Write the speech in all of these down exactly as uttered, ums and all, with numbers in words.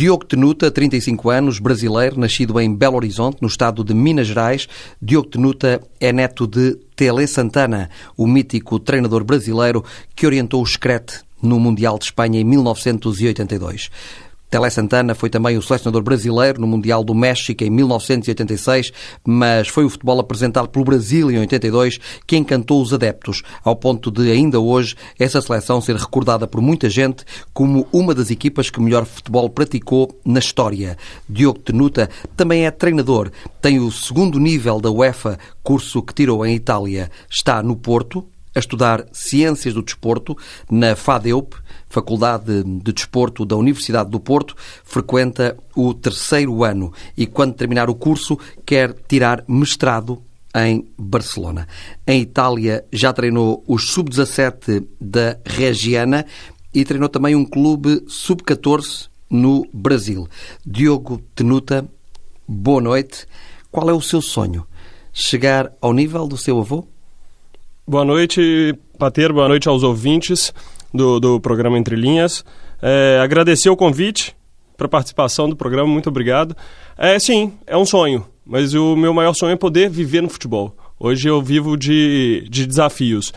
Diogo Tenuta, trinta e cinco anos, brasileiro, nascido em Belo Horizonte, no estado de Minas Gerais. Diogo Tenuta é neto de Tele Santana, o mítico treinador brasileiro que orientou o Screte no Mundial de Espanha em mil novecentos e oitenta e dois. Tele Santana foi também o selecionador brasileiro no Mundial do México em mil novecentos e oitenta e seis, mas foi o futebol apresentado pelo Brasil em oitenta e dois que encantou os adeptos, ao ponto de, ainda hoje, essa seleção ser recordada por muita gente como uma das equipas que melhor futebol praticou na história. Diogo Tenuta também é treinador, tem o segundo nível da UEFA, curso que tirou em Itália. Está no Porto a estudar Ciências do Desporto na FADEUP, Faculdade de Desporto da Universidade do Porto, frequenta o terceiro ano e, quando terminar o curso, quer tirar mestrado em Barcelona. Em Itália já treinou os sub dezassete da Reggiana e treinou também um clube sub catorze no Brasil. Diogo Tenuta, boa noite. Qual é o seu sonho? Chegar ao nível do seu avô? Boa noite, Pateiro, boa noite aos ouvintes do, do programa Entre Linhas. É, agradecer o convite para a participação do programa, muito obrigado. É, sim, é um sonho, mas o meu maior sonho é poder viver no futebol. Hoje eu vivo de, de desafios,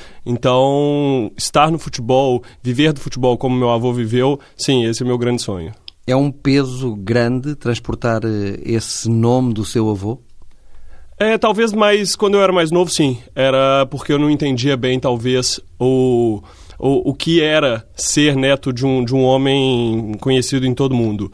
então estar no futebol, viver do futebol como meu avô viveu, sim, esse é o meu grande sonho. É um peso grande transportar esse nome do seu avô? É, talvez mais quando eu era mais novo, sim. Era porque eu não entendia bem, talvez, o, o, o que era ser neto de um, de um homem conhecido em todo mundo.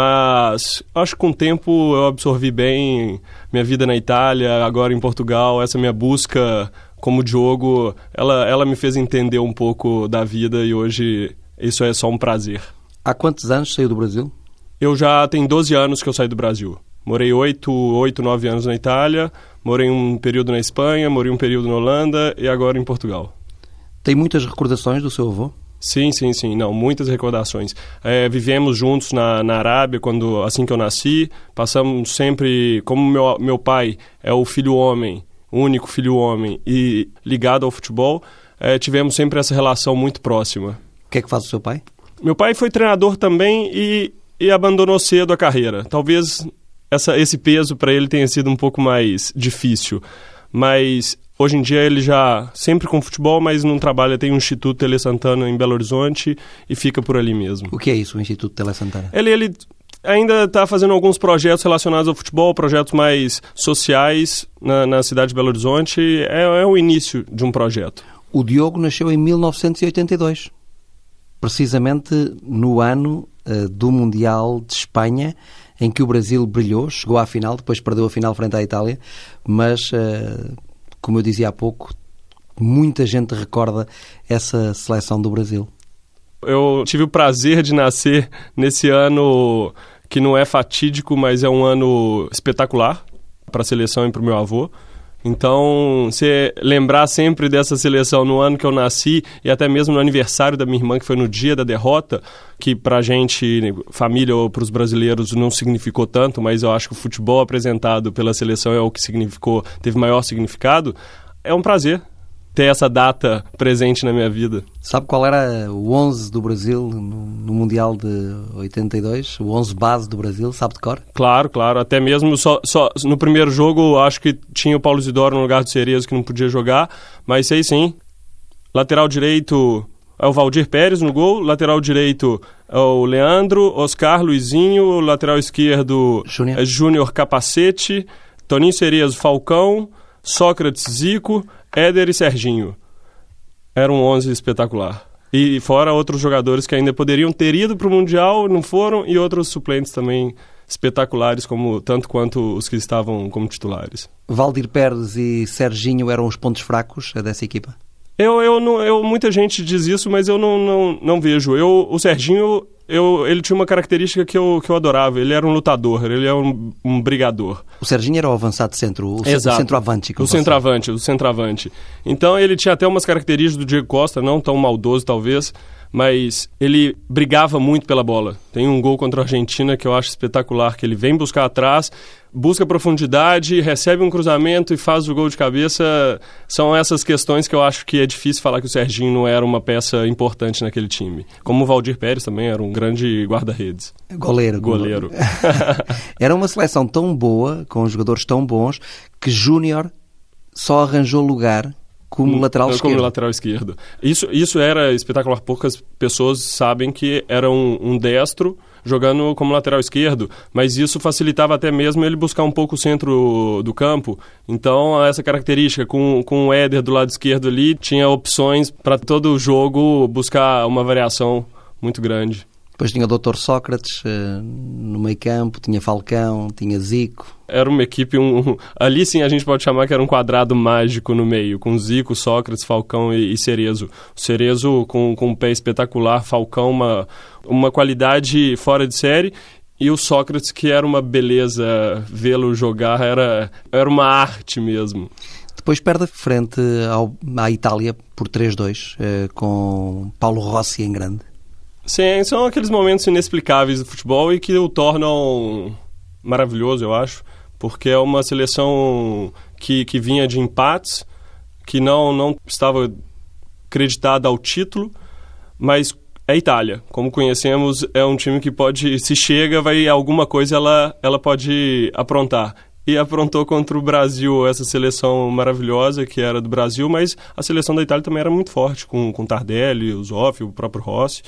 Mas acho que com o tempo eu absorvi bem minha vida na Itália, agora em Portugal. Essa minha busca como Diogo, ela, ela me fez entender um pouco da vida e hoje isso é só um prazer. Há quantos anos saiu do Brasil? Eu já tenho doze anos que eu saí do Brasil. Morei oito, oito, nove anos na Itália, morei um período na Espanha, morei um período na Holanda e agora em Portugal. Tem muitas recordações do seu avô? Sim, sim, sim. Não, muitas recordações. É, vivemos juntos na, na Arábia, quando, assim que eu nasci. Passamos sempre... Como meu, meu pai é o filho homem, o único filho homem, e ligado ao futebol, é, tivemos sempre essa relação muito próxima. O que é que faz o seu pai? Meu pai foi treinador também e, e abandonou cedo a carreira. Talvez... Essa, esse peso para ele tenha sido um pouco mais difícil, mas hoje em dia ele já sempre com futebol, mas não trabalha, tem um Instituto Tele Santana em Belo Horizonte e fica por ali mesmo. O que é isso, o Instituto Tele Santana? Ele, ele ainda está fazendo alguns projetos relacionados ao futebol, projetos mais sociais na, na cidade de Belo Horizonte, é, é o início de um projeto. O Diogo nasceu em mil novecentos e oitenta e dois, precisamente no ano uh, do Mundial de Espanha, em que o Brasil brilhou, chegou à final, depois perdeu a final frente à Itália, mas, como eu dizia há pouco, muita gente recorda essa seleção do Brasil. Eu tive o prazer de nascer nesse ano que não é fatídico, mas é um ano espetacular para a seleção e para o meu avô. Então, se lembrar sempre dessa seleção no ano que eu nasci e até mesmo no aniversário da minha irmã, que foi no dia da derrota, que pra gente, família ou pros brasileiros, não significou tanto, mas eu acho que o futebol apresentado pela seleção é o que significou, teve maior significado, é um prazer ter essa data presente na minha vida. Sabe qual era o onze do Brasil no, no Mundial de oitenta e dois? O onze base do Brasil, sabe de cor? Claro, claro. Até mesmo só, só no primeiro jogo, acho que tinha o Paulo Isidoro no lugar do Cerezo, que não podia jogar, mas sei sim. Lateral direito é o Valdir Pérez no gol, lateral direito é o Leandro, Oscar, Luizinho, lateral esquerdo Júnior. é Júnior Capacete, Toninho Cerezo, Falcão, Sócrates, Zico, Éder e Serginho. Era um onze espetacular. E fora outros jogadores que ainda poderiam ter ido para o Mundial, não foram, e outros suplentes também espetaculares, como, tanto quanto os que estavam como titulares. Valdir Pérez e Serginho eram os pontos fracos dessa equipa? Eu, eu, não, eu, muita gente diz isso, mas eu não, não, não vejo. Eu, o Serginho, eu, ele tinha uma característica que eu, que eu adorava. Ele era um lutador, ele era um, um brigador. O Serginho era o avançado centro, o, Exato. o centroavante. O centroavante, o centroavante. Então ele tinha até umas características do Diego Costa, não tão maldoso talvez, mas ele brigava muito pela bola. Tem um gol contra a Argentina que eu acho espetacular, que ele vem buscar atrás, busca profundidade, recebe um cruzamento e faz o gol de cabeça. São essas questões que eu acho que é difícil falar que o Serginho não era uma peça importante naquele time. Como o Valdir Pérez também era um grande guarda-redes. Goleiro. Goleiro. Era uma seleção tão boa, com jogadores tão bons, que Júnior só arranjou lugar como hum, lateral esquerdo. Como lateral esquerdo. Isso, isso era espetacular. Poucas pessoas sabem que era um, um destro jogando como lateral esquerdo, mas isso facilitava até mesmo ele buscar um pouco o centro do campo. Então, essa característica, com, com o Éder do lado esquerdo ali, tinha opções para todo o jogo buscar uma variação muito grande. Depois tinha o doutor Sócrates uh, no meio campo, tinha Falcão, tinha Zico. Era uma equipe, um, ali sim a gente pode chamar que era um quadrado mágico no meio, com Zico, Sócrates, Falcão e, e Cerezo. O Cerezo com, com um pé espetacular, Falcão uma, uma qualidade fora de série, e o Sócrates que era uma beleza vê-lo jogar, era, era uma arte mesmo. Depois perde frente ao, à Itália por três a dois, uh, com Paulo Rossi em grande. Sim, são aqueles momentos inexplicáveis do futebol e que o tornam maravilhoso, eu acho, porque é uma seleção que, que vinha de empates, que não, não estava acreditada ao título, mas é Itália. Como conhecemos, é um time que pode, se chega, vai alguma coisa ela, ela pode aprontar. E aprontou contra o Brasil, essa seleção maravilhosa que era do Brasil, mas a seleção da Itália também era muito forte, com, com Tardelli, o Zoff, o próprio Rossi.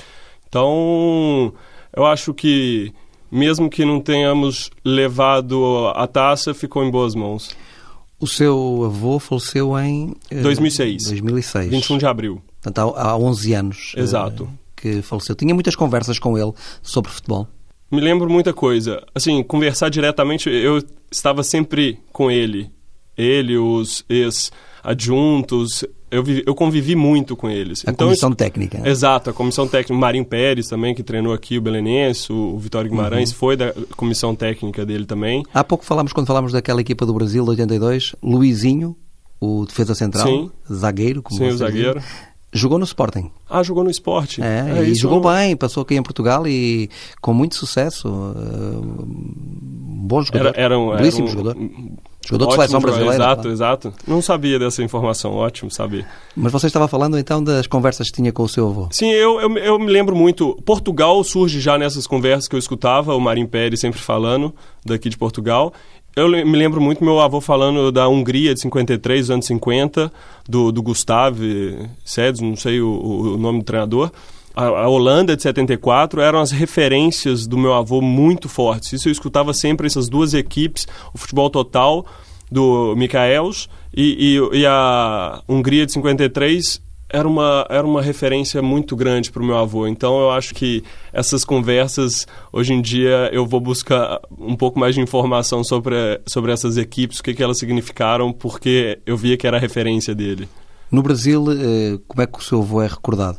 Então, eu acho que, mesmo que não tenhamos levado a taça, ficou em boas mãos. O seu avô faleceu em... dois mil e seis. dois mil e seis. vinte e um de abril. Portanto, há, há onze anos. Exato. Que faleceu. Tinha muitas conversas com ele sobre futebol. Me lembro muita coisa. Assim, conversar diretamente, eu estava sempre com ele. Ele, os ex-adjuntos... Eu, vivi, eu convivi muito com eles. A então, comissão isso, técnica. Exato, a comissão técnica. O Marinho Pérez também, que treinou aqui o Belenense, o, o Vitório Guimarães, uhum. foi da comissão técnica dele também. Há pouco falámos, quando falámos daquela equipa do Brasil de oitenta e dois, Luizinho, o defesa central, Sim. zagueiro, como Sim, você o zagueiro. Diz, jogou no Sporting. Ah, jogou no Sport. É, é e jogou não... bem, passou aqui em Portugal e com muito sucesso. Uh, bom jogador, era, era um, belíssimo era um, jogador. Jogador de seleção brasileira. Exato, claro. exato. Não sabia dessa informação, ótimo saber. Mas você estava falando então das conversas que tinha com o seu avô. Sim, eu, eu, eu me lembro muito. Portugal surge já nessas conversas que eu escutava, o Marinho Pérez sempre falando daqui de Portugal. Eu me lembro muito meu avô falando da Hungria de cinquenta e três, dos anos cinquenta, do, do Gustav Sedes, não sei o, o nome do treinador. A, a Holanda de setenta e quatro eram as referências do meu avô muito fortes. Isso eu escutava sempre, essas duas equipes, o futebol total do Michaels e, e, e a Hungria de cinquenta e três era uma, era uma referência muito grande para o meu avô. Então eu acho que essas conversas, hoje em dia, eu vou buscar um pouco mais de informação sobre, sobre essas equipes, o que, que elas significaram, porque eu via que era a referência dele. No Brasil, como é que o seu avô é recordado?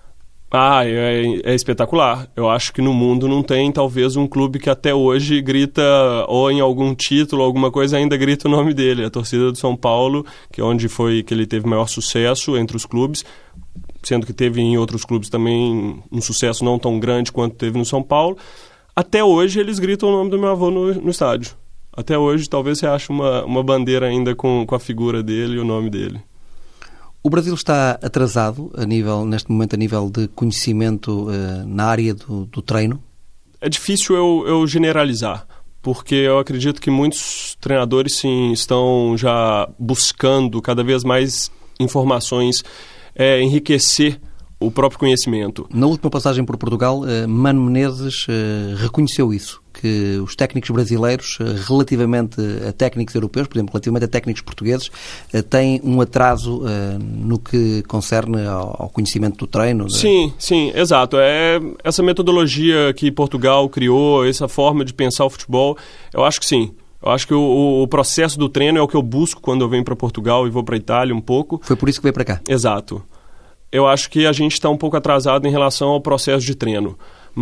Ah, é, é espetacular. Eu acho que no mundo não tem talvez um clube que até hoje grita, ou em algum título, alguma coisa, ainda grita o nome dele. A torcida do São Paulo, que é onde foi que ele teve maior sucesso entre os clubes, sendo que teve em outros clubes também um sucesso não tão grande quanto teve no São Paulo. Até hoje eles gritam o nome do meu avô no, no estádio. Até hoje talvez você ache uma, uma bandeira ainda com, com a figura dele e o nome dele. O Brasil está atrasado, a nível, neste momento, a nível de conhecimento uh, na área do, do treino? É difícil eu, eu generalizar, porque eu acredito que muitos treinadores sim, estão já buscando cada vez mais informações, é, enriquecer o próprio conhecimento. Na última passagem por Portugal, uh, Mano Menezes uh, reconheceu isso, que os técnicos brasileiros, uh, relativamente a técnicos europeus, por exemplo, relativamente a técnicos portugueses, uh, têm um atraso uh, no que concerne ao, ao conhecimento do treino. Sim, sim, exato. É essa metodologia que Portugal criou, essa forma de pensar o futebol, eu acho que sim. Eu acho que o, o processo do treino é o que eu busco quando eu venho para Portugal e vou para a Itália um pouco. Foi por isso que veio para cá? Exato. Eu acho que a gente está um pouco atrasado em relação ao processo de treino,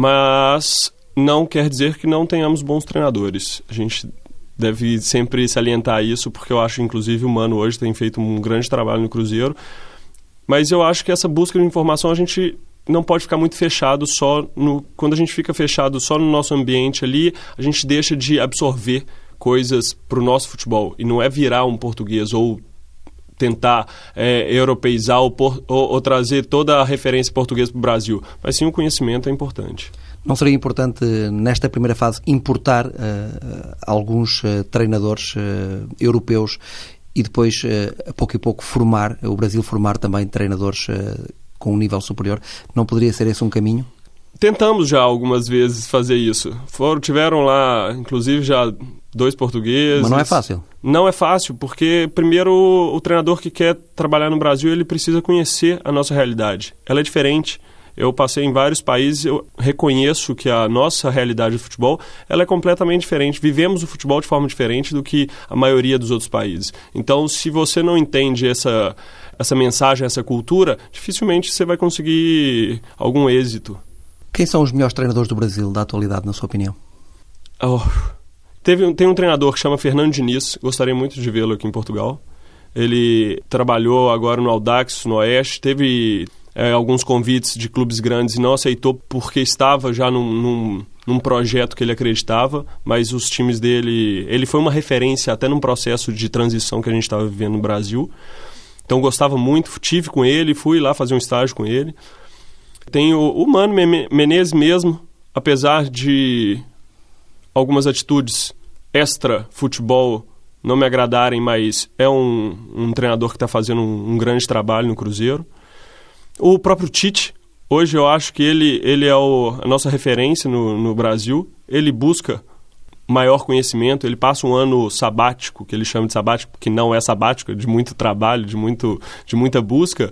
mas não quer dizer que não tenhamos bons treinadores. A gente deve sempre salientar isso, porque eu acho, inclusive, o Mano hoje tem feito um grande trabalho no Cruzeiro, mas eu acho que essa busca de informação a gente não pode ficar muito fechado só no... Quando a gente fica fechado só no nosso ambiente ali, a gente deixa de absorver coisas para o nosso futebol. E não é virar um português ou tentar é, europeizar ou, por, ou, ou trazer toda a referência portuguesa para o Brasil. Mas sim, o conhecimento é importante. Não seria importante, nesta primeira fase, importar uh, alguns uh, treinadores uh, europeus e depois, uh, a pouco e pouco, formar, o Brasil formar também treinadores uh, com um nível superior? Não poderia ser esse um caminho? Tentamos já algumas vezes fazer isso. Foram, tiveram lá, inclusive, já dois portugueses. Mas não é fácil? Não é fácil, porque primeiro o, o treinador que quer trabalhar no Brasil, ele precisa conhecer a nossa realidade. Ela é diferente. Eu passei em vários países, eu reconheço que a nossa realidade do futebol ela é completamente diferente. Vivemos o futebol de forma diferente do que a maioria dos outros países. Então, se você não entende essa, essa mensagem, essa cultura, dificilmente você vai conseguir algum êxito. Quem são os melhores treinadores do Brasil da atualidade, na sua opinião? Oh, teve, tem um treinador que chama Fernando Diniz, gostaria muito de vê-lo aqui em Portugal. Ele trabalhou agora no Audax, no Oeste, teve é, alguns convites de clubes grandes e não aceitou porque estava já num, num, num projeto que ele acreditava, mas os times dele... Ele foi uma referência até num processo de transição que a gente estava vivendo no Brasil. Então gostava muito, tive com ele, fui lá fazer um estágio com ele. Tem o, o Mano Menezes mesmo, apesar de algumas atitudes extra-futebol não me agradarem, mas é um, um treinador que está fazendo um, um grande trabalho no Cruzeiro. O próprio Tite, hoje eu acho que ele, ele é o, a nossa referência no, no Brasil. Ele busca maior conhecimento, ele passa um ano sabático, que ele chama de sabático, que não é sabático, é de muito trabalho, de, muito, de muita busca.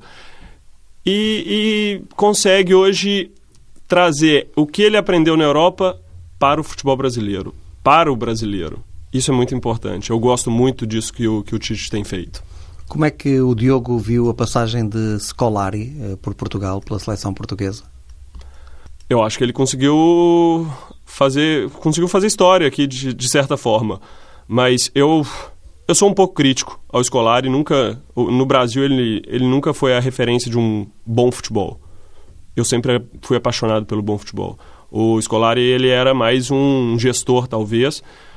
E, e consegue hoje trazer o que ele aprendeu na Europa para o futebol brasileiro, para o brasileiro. Isso é muito importante. Eu gosto muito disso que o, que o Tite tem feito. Como é que o Diogo viu a passagem de Scolari eh, por Portugal, pela seleção portuguesa? Eu acho que ele conseguiu fazer, conseguiu fazer história aqui, de, de certa forma. Mas eu... Eu sou um pouco crítico ao Scolari. Nunca, no Brasil, ele, ele nunca foi a referência de um bom futebol. Eu sempre fui apaixonado pelo bom futebol. O Scolari, ele era mais um gestor, talvez.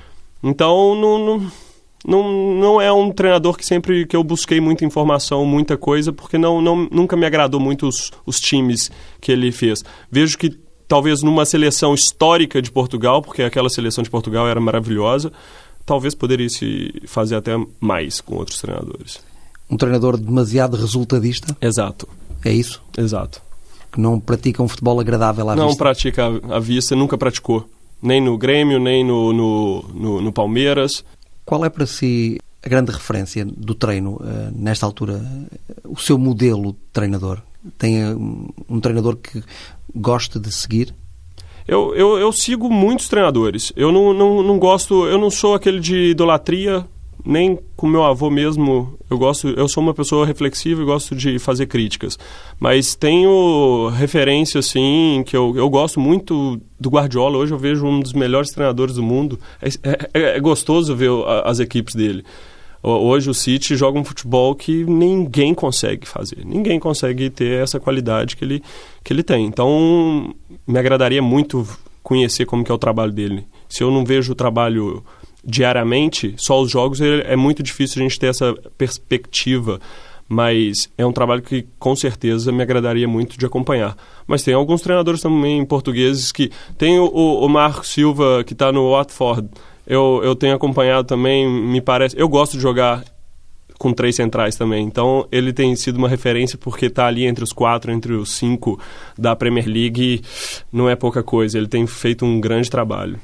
Então, não, não, não, não é um treinador que sempre que eu busquei muita informação, muita coisa, porque não, não, nunca me agradou muito os, os times que ele fez. Vejo que talvez numa seleção histórica de Portugal, porque aquela seleção de Portugal era maravilhosa, talvez poderia se fazer até mais com outros treinadores. Um treinador demasiado resultadista? Exato. É isso? Exato. Que não pratica um futebol agradável à não vista? Não pratica à vista, nunca praticou. Nem no Grêmio, nem no, no, no, no Palmeiras. Qual é para si a grande referência do treino, uh, nesta altura? Uh, o seu modelo de treinador? Tem uh, um treinador que goste de seguir? Eu, eu, eu sigo muitos treinadores. Eu não, não, não gosto, eu não sou aquele de idolatria, nem com meu avô mesmo. Eu gosto, eu sou uma pessoa reflexiva e gosto de fazer críticas. Mas tenho referência, assim, que eu, eu gosto muito do Guardiola. Hoje eu vejo um dos melhores treinadores do mundo. É, é, é gostoso ver as equipes dele. Hoje o City joga um futebol que ninguém consegue fazer. Ninguém consegue ter essa qualidade que ele, que ele tem. Então, me agradaria muito conhecer como que é o trabalho dele. Se eu não vejo o trabalho diariamente, só os jogos, é muito difícil a gente ter essa perspectiva. Mas é um trabalho que, com certeza, me agradaria muito de acompanhar. Mas tem alguns treinadores também portugueses que... Tem o, o Marco Silva, que está no Watford. Eu, eu tenho acompanhado também, me parece... Eu gosto de jogar com três centrais também. Então, ele tem sido uma referência porque está ali entre os quatro, entre os cinco da Premier League. Não é pouca coisa. Ele tem feito um grande trabalho.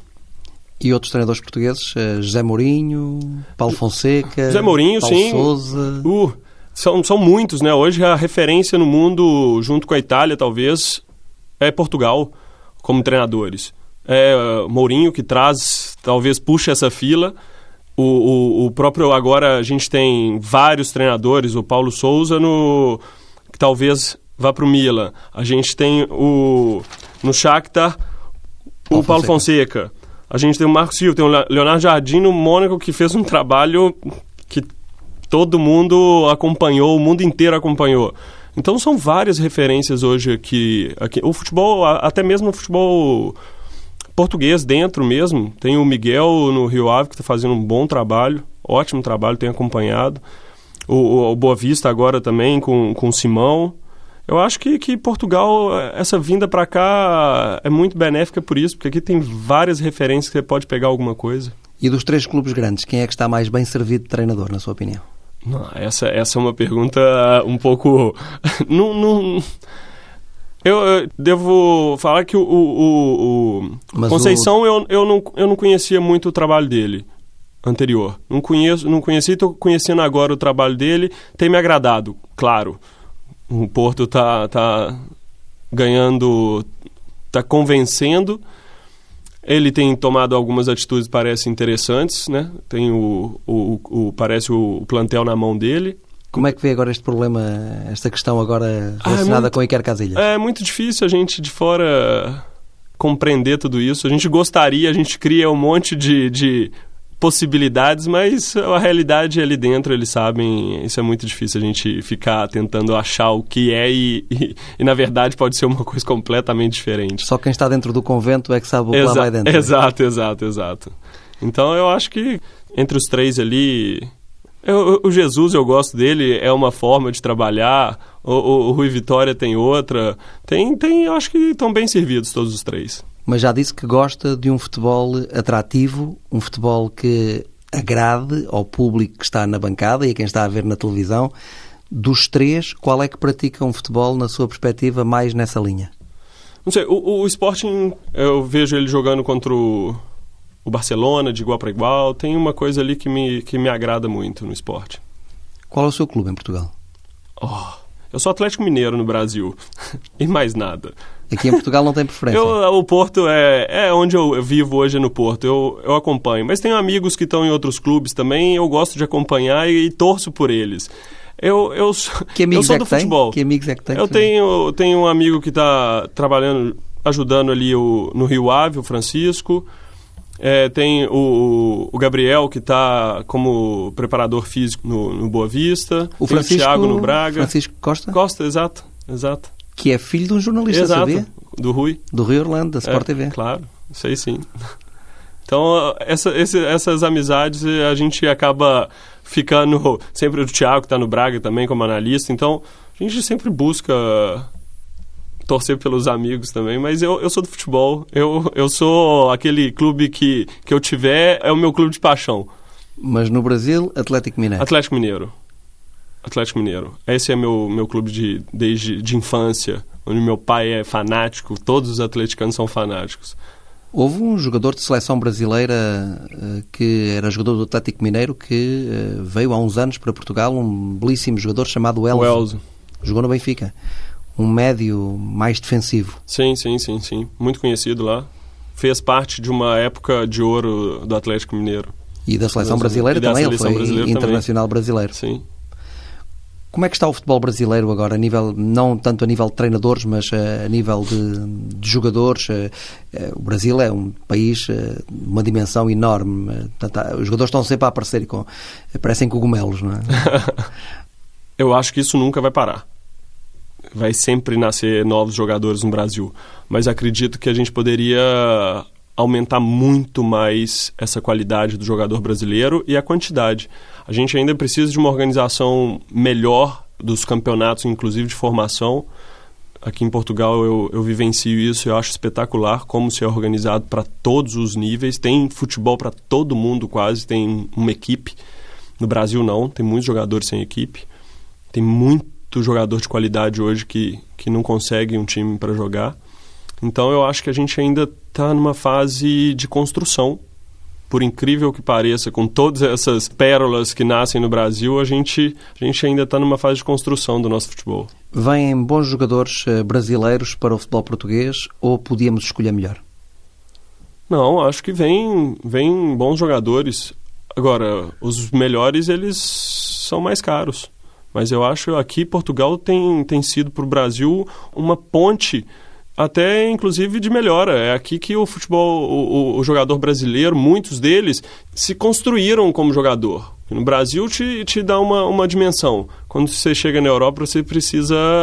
E outros treinadores portugueses? José Mourinho, Paulo Fonseca, José Mourinho, Paulo sim. Sousa... Uh, são, são muitos, né? Hoje a referência no mundo, junto com a Itália, talvez, é Portugal, como treinadores. É uh, Mourinho que traz, talvez puxa essa fila. O, o, o próprio, agora a gente tem vários treinadores, o Paulo Sousa, no, que talvez vá para o Milan. A gente tem o, no Shakhtar, o Paulo, Paulo Fonseca. Fonseca. A gente tem o Marco Silva, tem o Leonardo Jardim no Mônaco, que fez um trabalho que todo mundo acompanhou, o mundo inteiro acompanhou. Então são várias referências hoje aqui. aqui. O futebol, até mesmo o futebol português dentro mesmo. Tem o Miguel no Rio Ave, que está fazendo um bom trabalho, ótimo trabalho, tenho acompanhado. O, o, o Boa Vista agora também, com, com o Simão. Eu acho que, que Portugal, essa vinda para cá é muito benéfica por isso, porque aqui tem várias referências que você pode pegar alguma coisa. E dos três clubes grandes, quem é que está mais bem servido de treinador, na sua opinião? Não, essa, essa é uma pergunta um pouco... não, não... Eu, eu devo falar que o, o, o Conceição o... Eu, eu, não, eu não conhecia muito o trabalho dele anterior. Não, conheço, não conheci, estou conhecendo agora o trabalho dele. Tem me agradado, claro. O Porto está tá ganhando, está convencendo. Ele tem tomado algumas atitudes que parecem interessantes, né? Tem o, o, o, parece o, o plantel na mão dele. Como é que vê agora este problema, esta questão agora relacionada ah, é muito, com o Iker Casillas? É muito difícil a gente de fora compreender tudo isso. A gente gostaria, a gente cria um monte de, de possibilidades, mas a realidade é ali dentro, eles sabem, isso é muito difícil a gente ficar tentando achar o que é e, e, e na verdade pode ser uma coisa completamente diferente. Só quem está dentro do convento é que sabe o que Exa- lá vai dentro. Exato, exato, exato. Então eu acho que entre os três ali... Eu, o Jesus, eu gosto dele, é uma forma de trabalhar, o, o, o Rui Vitória tem outra, tem, tem, eu acho que estão bem servidos todos os três. Mas já disse que gosta de um futebol atrativo, um futebol que agrade ao público que está na bancada e a quem está a ver na televisão. Dos três, qual é que pratica um futebol, na sua perspectiva, mais nessa linha? Não sei, o, o Sporting, eu vejo ele jogando contra o... o Barcelona, de igual para igual, tem uma coisa ali que me, que me agrada muito no esporte. Qual é o seu clube em Portugal? Oh, eu sou Atlético Mineiro no Brasil, e mais nada. Aqui em Portugal não tem preferência? Eu, o Porto é, é onde eu, eu vivo hoje, é no Porto, eu, eu acompanho. Mas tenho amigos que estão em outros clubes também, eu gosto de acompanhar e, e torço por eles. Eu, eu, que amigos eu sou é do que futebol. Tem? Que amigos é que tem? Eu tenho, tenho um amigo que está trabalhando, ajudando ali o, no Rio Ave, o Francisco. É, tem o, o Gabriel, que está como preparador físico no, no Boa Vista. O tem Francisco, o Thiago no Braga. Francisco Costa? Costa, exato, exato. Que é filho de um jornalista, exato, sabia? Do Rui. Do Rui Orlando, da Sport é, T V. Claro, sei sim. Então, essa, esse, essas amizades a gente acaba ficando... Sempre o Thiago, que está no Braga também como analista. Então, a gente sempre busca... torcer pelos amigos também, mas eu, eu sou do futebol, eu, eu sou aquele clube que, que eu tiver, é o meu clube de paixão. Mas no Brasil, Atlético Mineiro? Atlético Mineiro. Atlético Mineiro. Esse é meu, meu clube de, desde de infância, onde meu pai é fanático, todos os atleticanos são fanáticos. Houve um jogador de seleção brasileira uh, que era jogador do Atlético Mineiro que uh, veio há uns anos para Portugal, um belíssimo jogador chamado Elzo. O Elzo. Jogou no Benfica. Um médio mais defensivo. Sim, sim, sim, sim. Muito conhecido lá. Fez parte de uma época de ouro do Atlético Mineiro. E da seleção brasileira da também, seleção ele foi brasileira internacional também. brasileiro. Sim. Como é que está o futebol brasileiro agora, a nível, não tanto a nível de treinadores, mas a nível de, de jogadores? O Brasil é um país de uma dimensão enorme. Os jogadores estão sempre a aparecer, com, parecem cogumelos, não é? Eu acho que isso nunca vai parar. Vai sempre nascer novos jogadores no Brasil. Mas acredito que a gente poderia aumentar muito mais essa qualidade do jogador brasileiro e a quantidade. A gente ainda precisa de uma organização melhor dos campeonatos, inclusive de formação. Aqui em Portugal eu, eu vivencio isso, eu acho espetacular como se é organizado para todos os níveis. Tem futebol para todo mundo quase, tem uma equipe. No Brasil não, tem muitos jogadores sem equipe. Tem muito jogador de qualidade hoje que, que não consegue um time para jogar. Então eu acho que a gente ainda está numa fase de construção. Por incrível que pareça, com todas essas pérolas que nascem no Brasil, a gente, a gente ainda está numa fase de construção do nosso futebol. Vêm bons jogadores brasileiros para o futebol português ou podíamos escolher melhor? Não, acho que vem, vem bons jogadores. Agora, os melhores, eles são mais caros. Mas eu acho que aqui Portugal tem, tem sido para o Brasil uma ponte até inclusive de melhora. É aqui que o futebol, o, o jogador brasileiro, muitos deles se construíram como jogador. No Brasil te, te dá uma, uma dimensão. Quando você chega na Europa, você precisa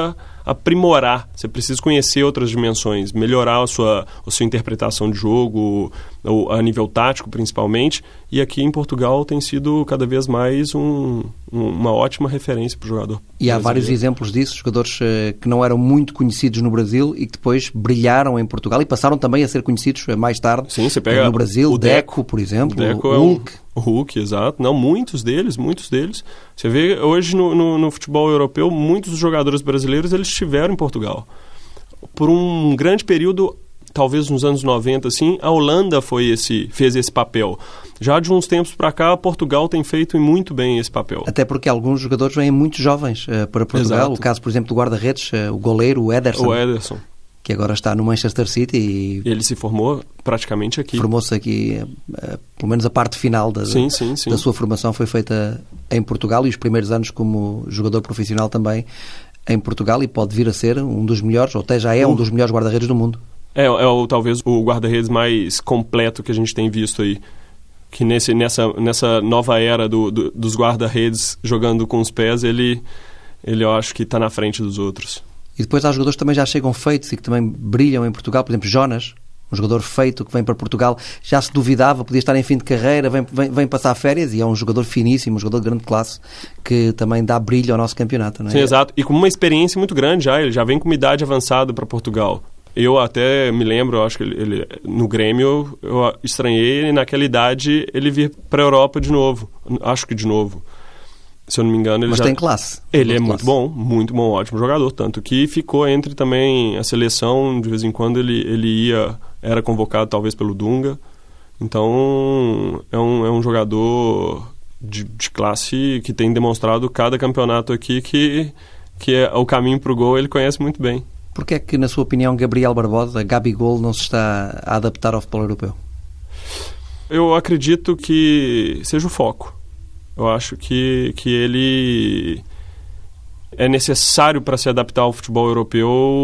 aprimorar, você precisa conhecer outras dimensões, melhorar a sua, a sua interpretação de jogo, ou a nível tático principalmente, e aqui em Portugal tem sido cada vez mais um, um, uma ótima referência para o jogador. E há brasileiro. Vários exemplos disso, jogadores uh, que não eram muito conhecidos no Brasil e que depois brilharam em Portugal e passaram também a ser conhecidos mais tarde. Sim, você pega no Brasil, o Deco, Deco, por exemplo, o Deco o é Hulk. Um, o Hulk, exato. Não, muitos deles, muitos deles. Você vê hoje no, no, no futebol europeu, muitos dos jogadores brasileiros eles estiveram em Portugal. Por um grande período, talvez nos anos noventa, assim, a Holanda foi esse, fez esse papel. Já de uns tempos para cá, Portugal tem feito muito bem esse papel. Até porque alguns jogadores vêm muito jovens uh, para Portugal. Exato. O caso, por exemplo, do guarda-redes, uh, o goleiro, o Ederson. O Ederson. Que agora está no Manchester City e... Ele se formou praticamente aqui. Formou-se aqui, uh, pelo menos a parte final da, sim, sim, sim. da sua formação foi feita em Portugal e os primeiros anos como jogador profissional também em Portugal, e pode vir a ser um dos melhores, ou até já é uh. um dos melhores guarda-redes do mundo. É, é o, talvez o guarda-redes mais completo que a gente tem visto aí. Que nesse, nessa, nessa nova era do, do, dos guarda-redes jogando com os pés, ele, ele eu acho que está na frente dos outros. E depois há jogadores que também já chegam feitos e que também brilham em Portugal. Por exemplo, Jonas, um jogador feito que vem para Portugal, já se duvidava, podia estar em fim de carreira, vem, vem, vem passar férias e é um jogador finíssimo, um jogador de grande classe que também dá brilho ao nosso campeonato. Não é? Sim, exato. E com uma experiência muito grande já, ele já vem com uma idade avançada para Portugal. Eu até me lembro, eu acho que ele, ele, no Grêmio, eu estranhei ele naquela idade ele vir para a Europa de novo. Acho que de novo. Se eu não me engano, ele Mas já... tem classe. Ele tem é classe. muito bom, muito bom, ótimo jogador. Tanto que ficou entre também a seleção, de vez em quando ele, ele ia, era convocado talvez pelo Dunga. Então, é um, é um jogador de, de classe que tem demonstrado cada campeonato aqui que, que é o caminho para o gol, ele conhece muito bem. Por que é que, na sua opinião, Gabriel Barbosa, Gabigol, não se está a adaptar ao futebol europeu? Eu acredito que seja o foco. Eu acho que, que ele é necessário para se adaptar ao futebol europeu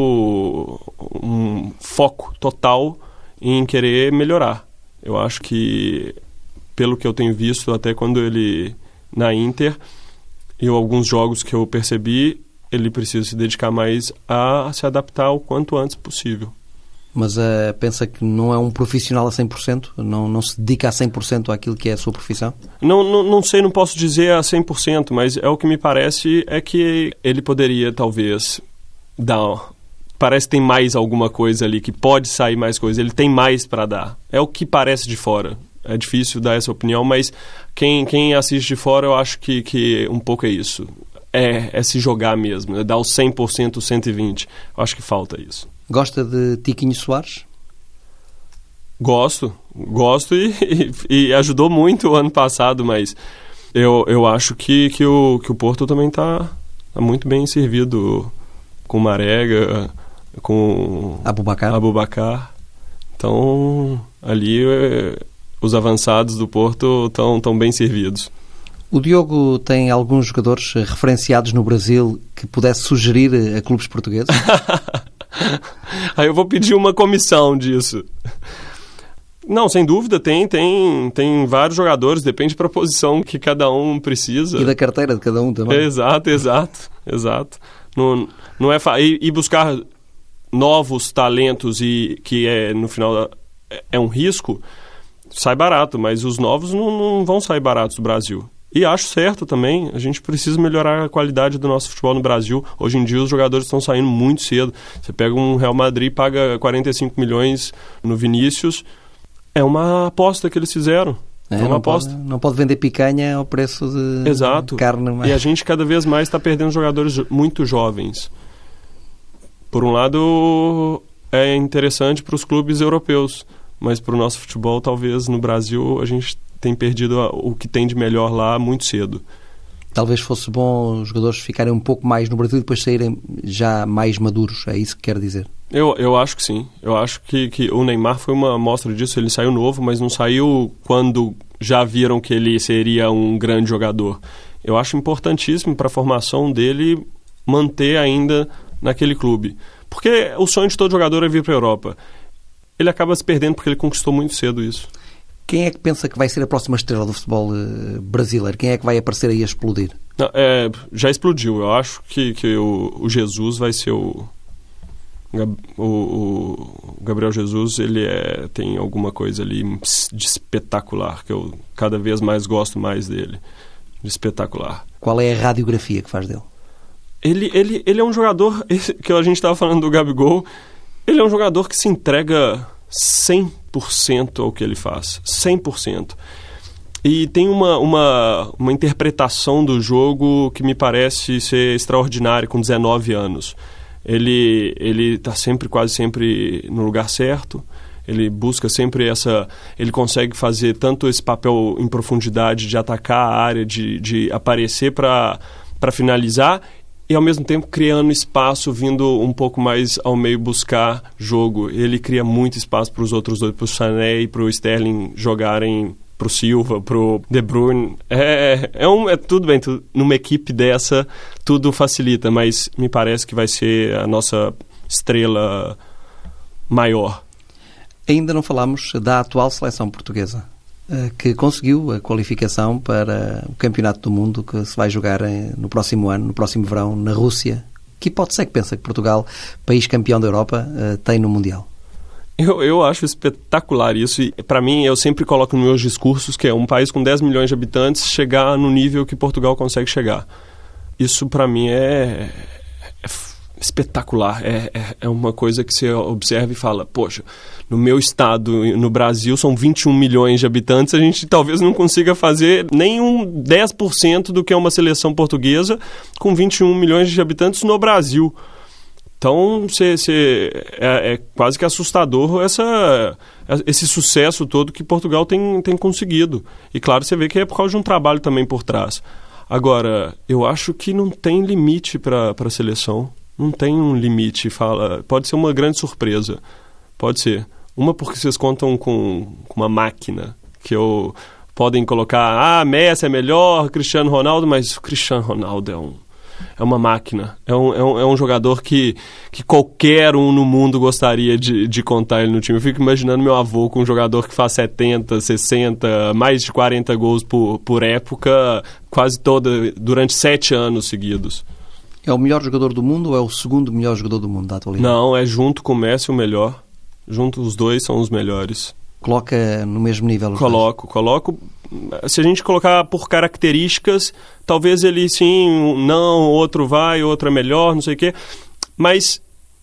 um foco total em querer melhorar. Eu acho que, pelo que eu tenho visto até quando ele na Inter e alguns jogos que eu percebi, ele precisa se dedicar mais a se adaptar o quanto antes possível. Mas uh, pensa que não é um profissional a cem por cento? Não, não se dedica a cem por cento àquilo que é a sua profissão? Não, não, não sei, não posso dizer a cem por cento, mas é o que me parece é que ele poderia, talvez, dar... Parece que tem mais alguma coisa ali, que pode sair mais coisa. Ele tem mais para dar. É o que parece de fora. É difícil dar essa opinião, mas quem, quem assiste de fora, eu acho que, que um pouco é isso. É, é se jogar mesmo, é dar o cem por cento, o cento e vinte por cento. Eu acho que falta isso. Gosta de Tiquinho Soares? Gosto, gosto e, e, e ajudou muito o ano passado, mas eu, eu acho que, que, o, que o Porto também está tá muito bem servido com Marega, com Aboubakar. Aboubakar. Então, ali os avançados do Porto estão tão bem servidos. O Diogo tem alguns jogadores referenciados no Brasil que pudesse sugerir a clubes portugueses? Aí eu vou pedir uma comissão disso. Não, sem dúvida, tem, tem, tem vários jogadores, depende da posição que cada um precisa. E da carteira de cada um também. Exato, exato, exato. Não, não é fa... e, e buscar novos talentos, e que é, no final é, é um risco, sai barato, mas os novos não, não vão sair baratos do Brasil. E acho certo também, a gente precisa melhorar a qualidade do nosso futebol no Brasil. Hoje em dia os jogadores estão saindo muito cedo. Você pega um Real Madrid, paga quarenta e cinco milhões no Vinícius. É uma aposta que eles fizeram. É, é uma não aposta. Pode, não pode vender picanha ao preço de Exato. carne. Mas... E a gente cada vez mais está perdendo jogadores muito jovens. Por um lado, é interessante para os clubes europeus, mas para o nosso futebol, talvez no Brasil, a gente tem perdido o que tem de melhor lá muito cedo. Talvez fosse bom os jogadores ficarem um pouco mais no Brasil e depois saírem já mais maduros, é isso que quer dizer? Eu, eu acho que sim. Eu acho que, que o Neymar foi uma amostra disso. Ele saiu novo, mas não saiu quando já viram que ele seria um grande jogador. Eu acho importantíssimo para a formação dele manter ainda naquele clube. Porque o sonho de todo jogador é vir para a Europa. Ele acaba se perdendo porque ele conquistou muito cedo isso. Quem é que pensa que vai ser a próxima estrela do futebol uh, brasileiro? Quem é que vai aparecer aí a explodir? Não, é, já explodiu. Eu acho que, que o, o Jesus vai ser o, o, o Gabriel Jesus. Ele é, tem alguma coisa ali de espetacular, que eu cada vez mais gosto mais dele. De espetacular. Qual é a radiografia que faz dele? Ele, ele, ele é um jogador, que a gente estava falando do Gabigol, ele é um jogador que se entrega cem por cento ao que ele faz. cem por cento. E tem uma, uma, uma interpretação do jogo que me parece ser extraordinária com dezenove anos. Ele ele está sempre, quase sempre no lugar certo. Ele busca sempre essa... Ele consegue fazer tanto esse papel em profundidade de atacar a área, de, de aparecer para para finalizar, e ao mesmo tempo criando espaço, vindo um pouco mais ao meio buscar jogo. Ele cria muito espaço para os outros dois, para o Sané e para o Sterling jogarem, para o Silva, para o De Bruyne. É, é, um, é tudo bem, tu, numa equipe dessa tudo facilita, mas me parece que vai ser a nossa estrela maior. Ainda não falámos da atual seleção portuguesa, que conseguiu a qualificação para o Campeonato do Mundo que se vai jogar no próximo ano, no próximo verão, na Rússia. Que hipótese é que pensa que Portugal, país campeão da Europa, tem no Mundial? Eu, eu acho espetacular isso, e para mim eu sempre coloco nos meus discursos que é um país com dez milhões de habitantes chegar no nível que Portugal consegue chegar. Isso para mim é, é espetacular, é, é, é uma coisa que você observa e fala, poxa, no meu estado, no Brasil, são vinte e um milhões de habitantes, a gente talvez não consiga fazer nem um dez por cento do que é uma seleção portuguesa com vinte e um milhões de habitantes no Brasil. Então, cê, cê, é, é quase que assustador essa, esse sucesso todo que Portugal tem, tem conseguido. E claro, você vê que é por causa de um trabalho também por trás. Agora, eu acho que não tem limite para a seleção. Não tem um limite. Fala, pode ser uma grande surpresa. Pode ser. Uma porque vocês contam com, com uma máquina que eu, podem colocar, ah, Messi é melhor, Cristiano Ronaldo, mas o Cristiano Ronaldo é um É uma máquina, é um, é um, é um jogador que, que qualquer um no mundo gostaria de, de contar ele no time. Eu fico imaginando meu avô com um jogador que faz setenta, sessenta, mais de quarenta gols por, por época, quase toda, durante sete anos seguidos. É o melhor jogador do mundo ou é o segundo melhor jogador do mundo da atualidade? Não, é junto com o Messi o melhor. Junto os dois são os melhores. Coloca no mesmo nível os Coloco, dois. coloco. Se a gente colocar por características, talvez ele sim, não, outro vai, outro é melhor, não sei o quê. Mas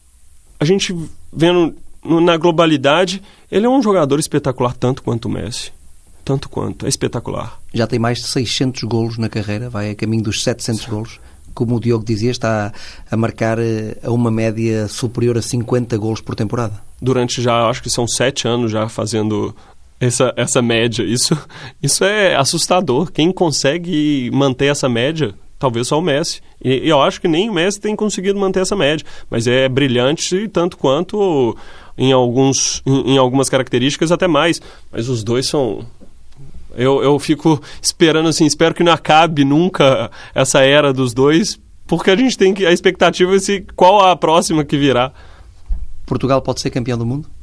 a gente vendo na globalidade, ele é um jogador espetacular tanto quanto o Messi. Tanto quanto, é espetacular. Já tem mais de seiscentos golos na carreira, vai a caminho dos setecentos golos. Como o Diogo dizia, está a marcar a uma média superior a cinquenta golos por temporada. Durante já, acho que são sete anos já fazendo essa, essa média. Isso, isso é assustador. Quem consegue manter essa média, talvez só o Messi. E eu acho que nem o Messi tem conseguido manter essa média. Mas é brilhante tanto quanto em, alguns, em, em algumas características até mais. Mas os dois são... Eu, eu fico esperando assim, espero que não acabe nunca essa era dos dois, porque a gente tem que, a expectativa é se, qual a próxima que virá. Portugal pode ser campeão do mundo?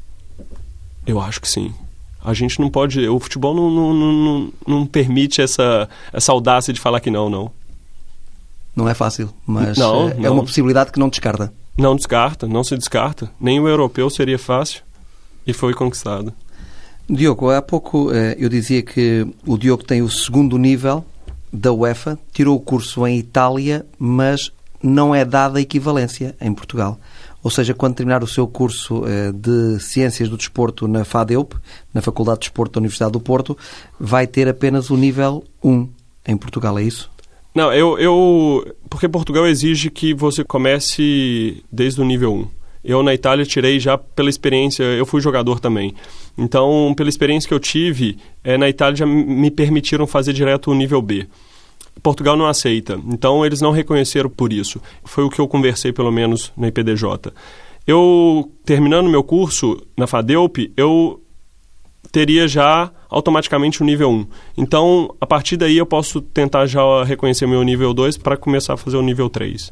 Eu acho que sim. A gente não pode, o futebol não, não, não, não permite essa, essa audácia de falar que não, não. Não é fácil, mas não, é não. uma possibilidade que não descarta. Não descarta, não se descarta. Nem o europeu seria fácil e foi conquistado. Diogo, há pouco eu dizia que o Diogo tem o segundo nível da UEFA, tirou o curso em Itália, mas não é dada a equivalência em Portugal. Ou seja, quando terminar o seu curso de Ciências do Desporto na FADEUP, na Faculdade de Desporto da Universidade do Porto, vai ter apenas o nível um em Portugal, é isso? Não, eu, eu... porque Portugal exige que você comece desde o nível um. Eu, na Itália, tirei já pela experiência... Eu fui jogador também. Então, pela experiência que eu tive, é, na Itália já me permitiram fazer direto o nível B. Portugal não aceita. Então, eles não reconheceram por isso. Foi o que eu conversei, pelo menos, na I P D J. Eu, terminando meu curso na FADEUP, eu teria já automaticamente o nível um. Então, a partir daí, eu posso tentar já reconhecer meu nível dois para começar a fazer o nível três.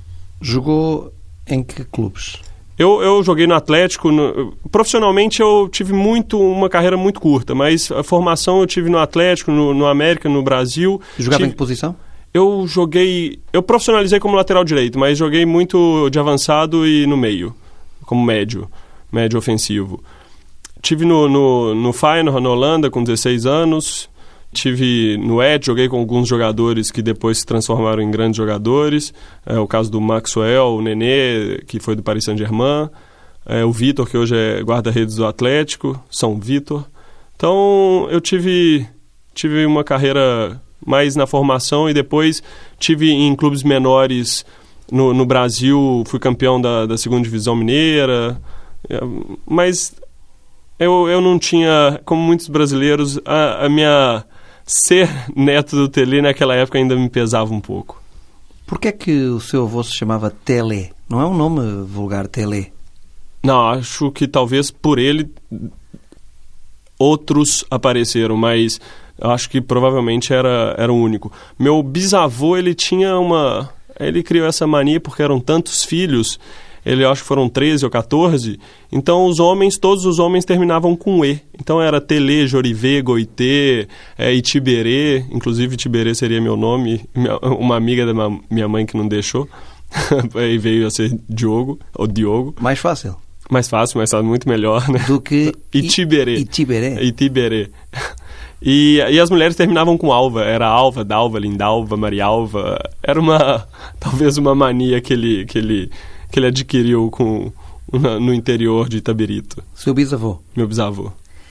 Jogou em que clubes? Eu, eu joguei no Atlético, no, profissionalmente eu tive muito, uma carreira muito curta, mas a formação eu tive no Atlético, no, no América, no Brasil. Jogava tive, em que posição? Eu joguei... Eu profissionalizei como lateral direito, mas joguei muito de avançado e no meio, como médio, médio ofensivo. Tive no, no, no Feyenoord, na Holanda, com dezesseis anos. Tive no E T, joguei com alguns jogadores que depois se transformaram em grandes jogadores. É o caso do Maxwell, o Nenê, que foi do Paris Saint-Germain. É, o Vitor, que hoje é guarda-redes do Atlético, São Vitor. Então, eu tive, tive uma carreira mais na formação e depois tive em clubes menores no, no Brasil, fui campeão da, da segunda divisão mineira, mas eu, eu não tinha, como muitos brasileiros, a, a minha ser neto do Tele naquela época ainda me pesava um pouco. Por que é que o seu avô se chamava Tele? Não é um nome vulgar, Tele? Não, acho que talvez por ele outros apareceram, mas eu acho que provavelmente era, era o único. Meu bisavô, ele tinha uma... Ele criou essa mania porque eram tantos filhos, ele acho que foram treze ou quatorze, então os homens, todos os homens terminavam com E. Então era Tele, Jorivê, Goitê, é, Itiberê, inclusive Itiberê seria meu nome, uma amiga da minha mãe que não deixou, aí veio a ser Diogo, ou Diogo. Mais fácil. Mais fácil, mas sabe muito melhor, né? Do que Itiberê. Itiberê. Itiberê. E, e as mulheres terminavam com Alva. Era Alva, Dalva, Lindalva, Marialva. Era uma, talvez uma mania que ele, que ele, que ele adquiriu com, no interior de Itabirito. Seu bisavô? Meu bisavô.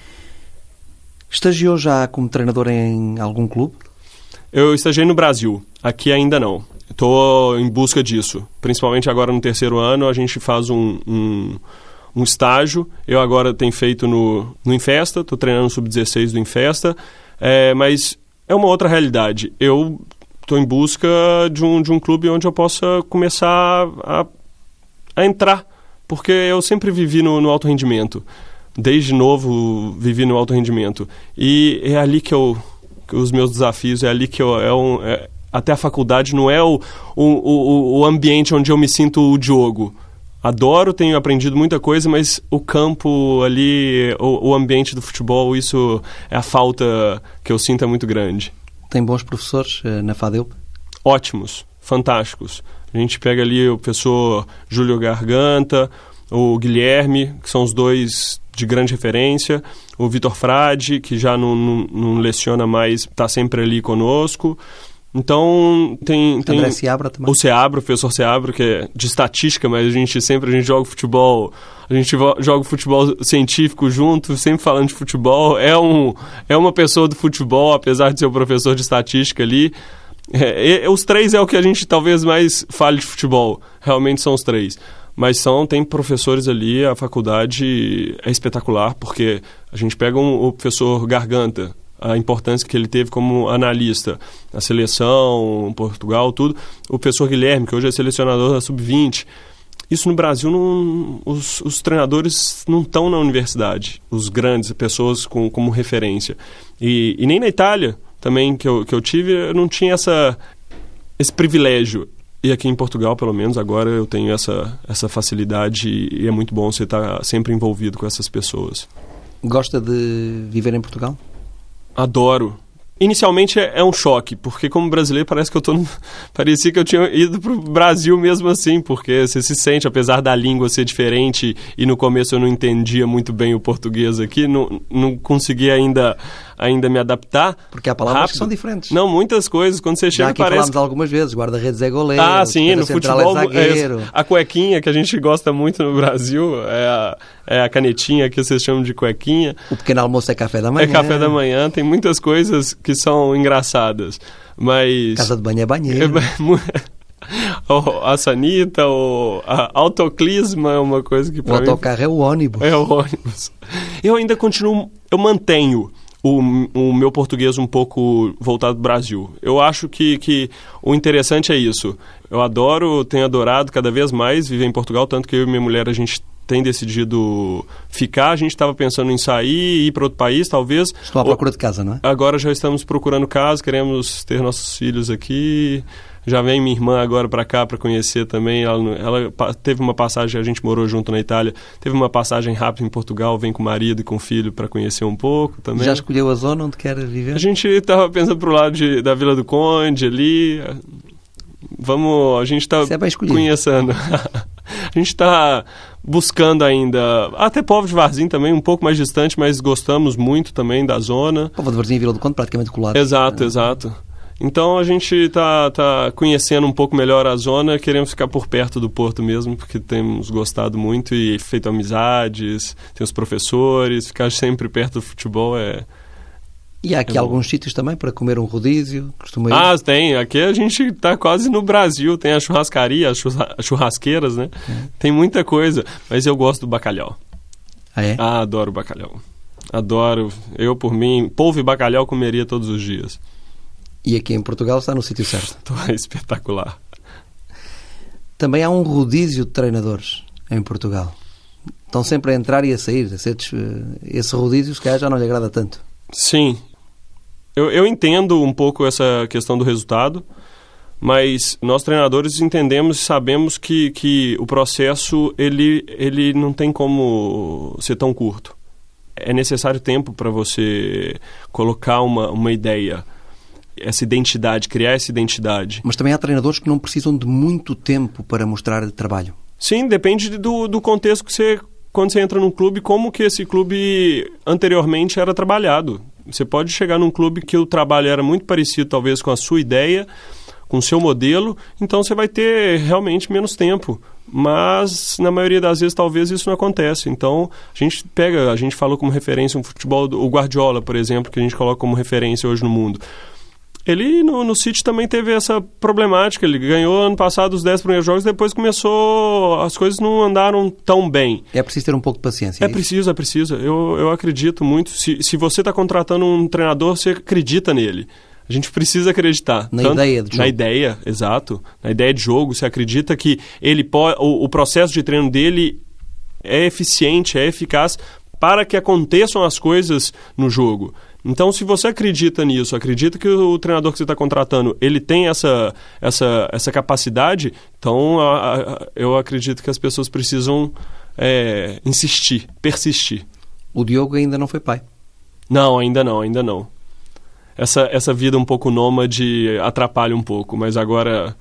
Estagiou já como treinador em algum clube? Eu estagiei no Brasil. Aqui ainda não. Estou em busca disso. Principalmente agora no terceiro ano, a gente faz um... um um estágio. Eu agora tenho feito no, no Infesta, estou treinando no sub dezesseis do Infesta, é, mas é uma outra realidade. Eu estou em busca de um, de um clube onde eu possa começar a, a entrar, porque eu sempre vivi no, no alto rendimento. Desde novo vivi no alto rendimento. E é ali que eu... Que os meus desafios, é ali que eu... É um, é, até a faculdade não é o, o, o, o ambiente onde eu me sinto o Diogo. Adoro, tenho aprendido muita coisa, mas o campo ali, o, o ambiente do futebol, isso é a falta que eu sinto é muito grande. Tem bons professores uh, na FADEUP? Ótimos, fantásticos. A gente pega ali o professor Júlio Garganta, o Guilherme, que são os dois de grande referência, o Vitor Frade, que já não, não, não leciona mais, está sempre ali conosco. Então, tem... tem André Seabra também. O Seabra, o professor Seabra, que é de estatística, mas a gente sempre a gente joga futebol, a gente joga futebol científico junto, sempre falando de futebol. É, um, é uma pessoa do futebol, apesar de ser o professor de estatística ali. É, e, os três é o que a gente talvez mais fale de futebol, realmente são os três. Mas são, tem professores ali, a faculdade é espetacular, porque a gente pega um, o professor Garganta, a importância que ele teve como analista, a seleção, Portugal, tudo. O professor Guilherme, que hoje é selecionador da sub vinte. Isso no Brasil, não, os, os treinadores não estão na universidade, os grandes, pessoas com, como referência. E, e nem na Itália, também, que eu, que eu tive, eu não tinha essa, esse privilégio. E aqui em Portugal, pelo menos, agora eu tenho essa, essa facilidade e é muito bom você estar sempre envolvido com essas pessoas. Gosta de viver em Portugal? Adoro. Inicialmente é, é um choque, porque como brasileiro parece que eu tô no... parecia que eu tinha ido pro Brasil mesmo assim, porque você se sente, apesar da língua ser diferente, e no começo eu não entendia muito bem o português aqui, não, não conseguia ainda, ainda me adaptar. Porque há palavras rápido. Que são diferentes. Não, muitas coisas. Quando você chega, Já aqui parece... falámos algumas vezes, guarda-redes é goleiro, ah, sim, no futebol, é zagueiro. É, a cuequinha que a gente gosta muito no Brasil, é a, é a canetinha que vocês chamam de cuequinha. O pequeno almoço é café da manhã. É café da manhã, tem muitas coisas que são engraçadas, mas... Casa de banho é banheiro. A sanita, o a autoclisma é uma coisa que... O autocarro mim, é o ônibus. É o ônibus. Eu ainda continuo, eu mantenho o, o meu português um pouco voltado para o Brasil. Eu acho que, que o interessante é isso. Eu adoro, tenho adorado cada vez mais viver em Portugal, tanto que eu e minha mulher, a gente tem decidido ficar. A gente estava pensando em sair e ir para outro país, talvez. Estão à procura de casa, não é? Agora já estamos procurando casa, queremos ter nossos filhos aqui. Já vem minha irmã agora para cá para conhecer também. Ela, ela teve uma passagem, a gente morou junto na Itália, teve uma passagem rápida em Portugal, vem com o marido e com o filho para conhecer um pouco também. Já escolheu a zona onde quer viver? A gente estava pensando para o lado de, da Vila do Conde, ali. Vamos, a gente está é conhecendo. A gente está buscando ainda, até Póvoa de Varzim também, um pouco mais distante, mas gostamos muito também da zona. Póvoa de Varzim e Vila do Conde praticamente colados. Exato, é. exato. Então a gente está tá conhecendo um pouco melhor a zona, queremos ficar por perto do Porto mesmo, porque temos gostado muito e feito amizades, tem os professores, ficar sempre perto do futebol é... E há aqui é alguns sítios também para comer um rodízio? Costuma ir? Ah, tem. Aqui a gente está quase no Brasil. Tem a churrascaria, as churrasqueiras, né? É. Tem muita coisa. Mas eu gosto do bacalhau. Ah, é? Ah, adoro bacalhau. Adoro. Eu, por mim, polvo e bacalhau comeria todos os dias. E aqui em Portugal está no sítio certo? É espetacular. Também há um rodízio de treinadores em Portugal. Estão sempre a entrar e a sair. Esse rodízio, se calhar, já não lhe agrada tanto. Sim. Eu, eu entendo um pouco essa questão do resultado, mas nós treinadores entendemos e sabemos que, que o processo ele, ele não tem como ser tão curto. É necessário tempo para você colocar uma, uma ideia, essa identidade, criar essa identidade. Mas também há treinadores que não precisam de muito tempo para mostrar trabalho. Sim, depende do, do contexto que você... Quando você entra num clube, como que esse clube anteriormente era trabalhado. Você pode chegar num clube que o trabalho era muito parecido, talvez, com a sua ideia, com o seu modelo, então você vai ter realmente menos tempo. Mas, na maioria das vezes, talvez isso não acontece. Então, a gente pega, a gente falou como referência um futebol, o Guardiola, por exemplo, que a gente coloca como referência hoje no mundo. Ele, no, no City, também teve essa problemática. Ele ganhou ano passado os dez primeiros jogos, depois começou... As coisas não andaram tão bem. É preciso ter um pouco de paciência. É, é preciso, é preciso. Eu, eu acredito muito. Se, se você está contratando um treinador, você acredita nele. A gente precisa acreditar. Na Tanto, ideia do jogo. Na ideia, exato. Na ideia de jogo. Você acredita que ele pode, o, o processo de treino dele é eficiente, é eficaz para que aconteçam as coisas no jogo. Então, se você acredita nisso, acredita que o treinador que você está contratando, ele tem essa, essa, essa capacidade, então a, a, eu acredito que as pessoas precisam é, insistir, persistir. O Diogo ainda não foi pai? Não, ainda não, ainda não. Essa, essa vida um pouco nômade atrapalha um pouco, mas agora,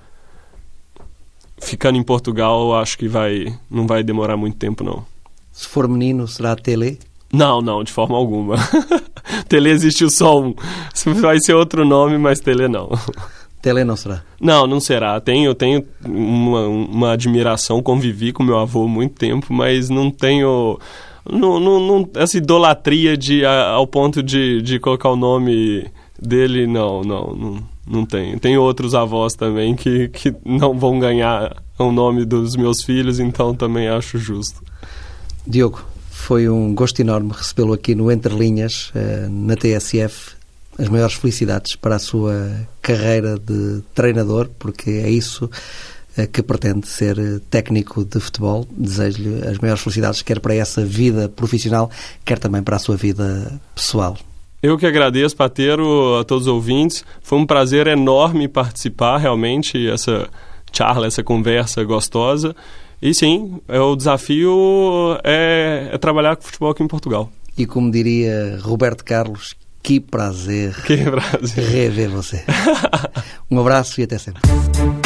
ficando em Portugal, acho que vai, não vai demorar muito tempo, não. Se for menino, será Tele? Não, não, de forma alguma. Tele existiu só um. Vai ser outro nome, mas Tele não. Tele não será? Não, não será. Tenho, tenho uma, uma admiração, convivi com meu avô há muito tempo, mas não tenho... Não, não, não, essa idolatria de, a, ao ponto de, de colocar o nome dele, não, não, não, não tenho. Tenho outros avós também que, que não vão ganhar o nome dos meus filhos, então também acho justo. Diogo, foi um gosto enorme recebê-lo aqui no Entre Linhas, na T S F. As maiores felicidades para a sua carreira de treinador, porque é isso que pretende, ser técnico de futebol. Desejo-lhe as maiores felicidades, quer para essa vida profissional, quer também para a sua vida pessoal. Eu que agradeço, Pateiro, a todos os ouvintes. Foi um prazer enorme participar, realmente, essa charla, essa conversa gostosa. E sim, é, o desafio é, é trabalhar com futebol aqui em Portugal. E como diria Roberto Carlos, que prazer, que prazer rever você. Um abraço e até sempre.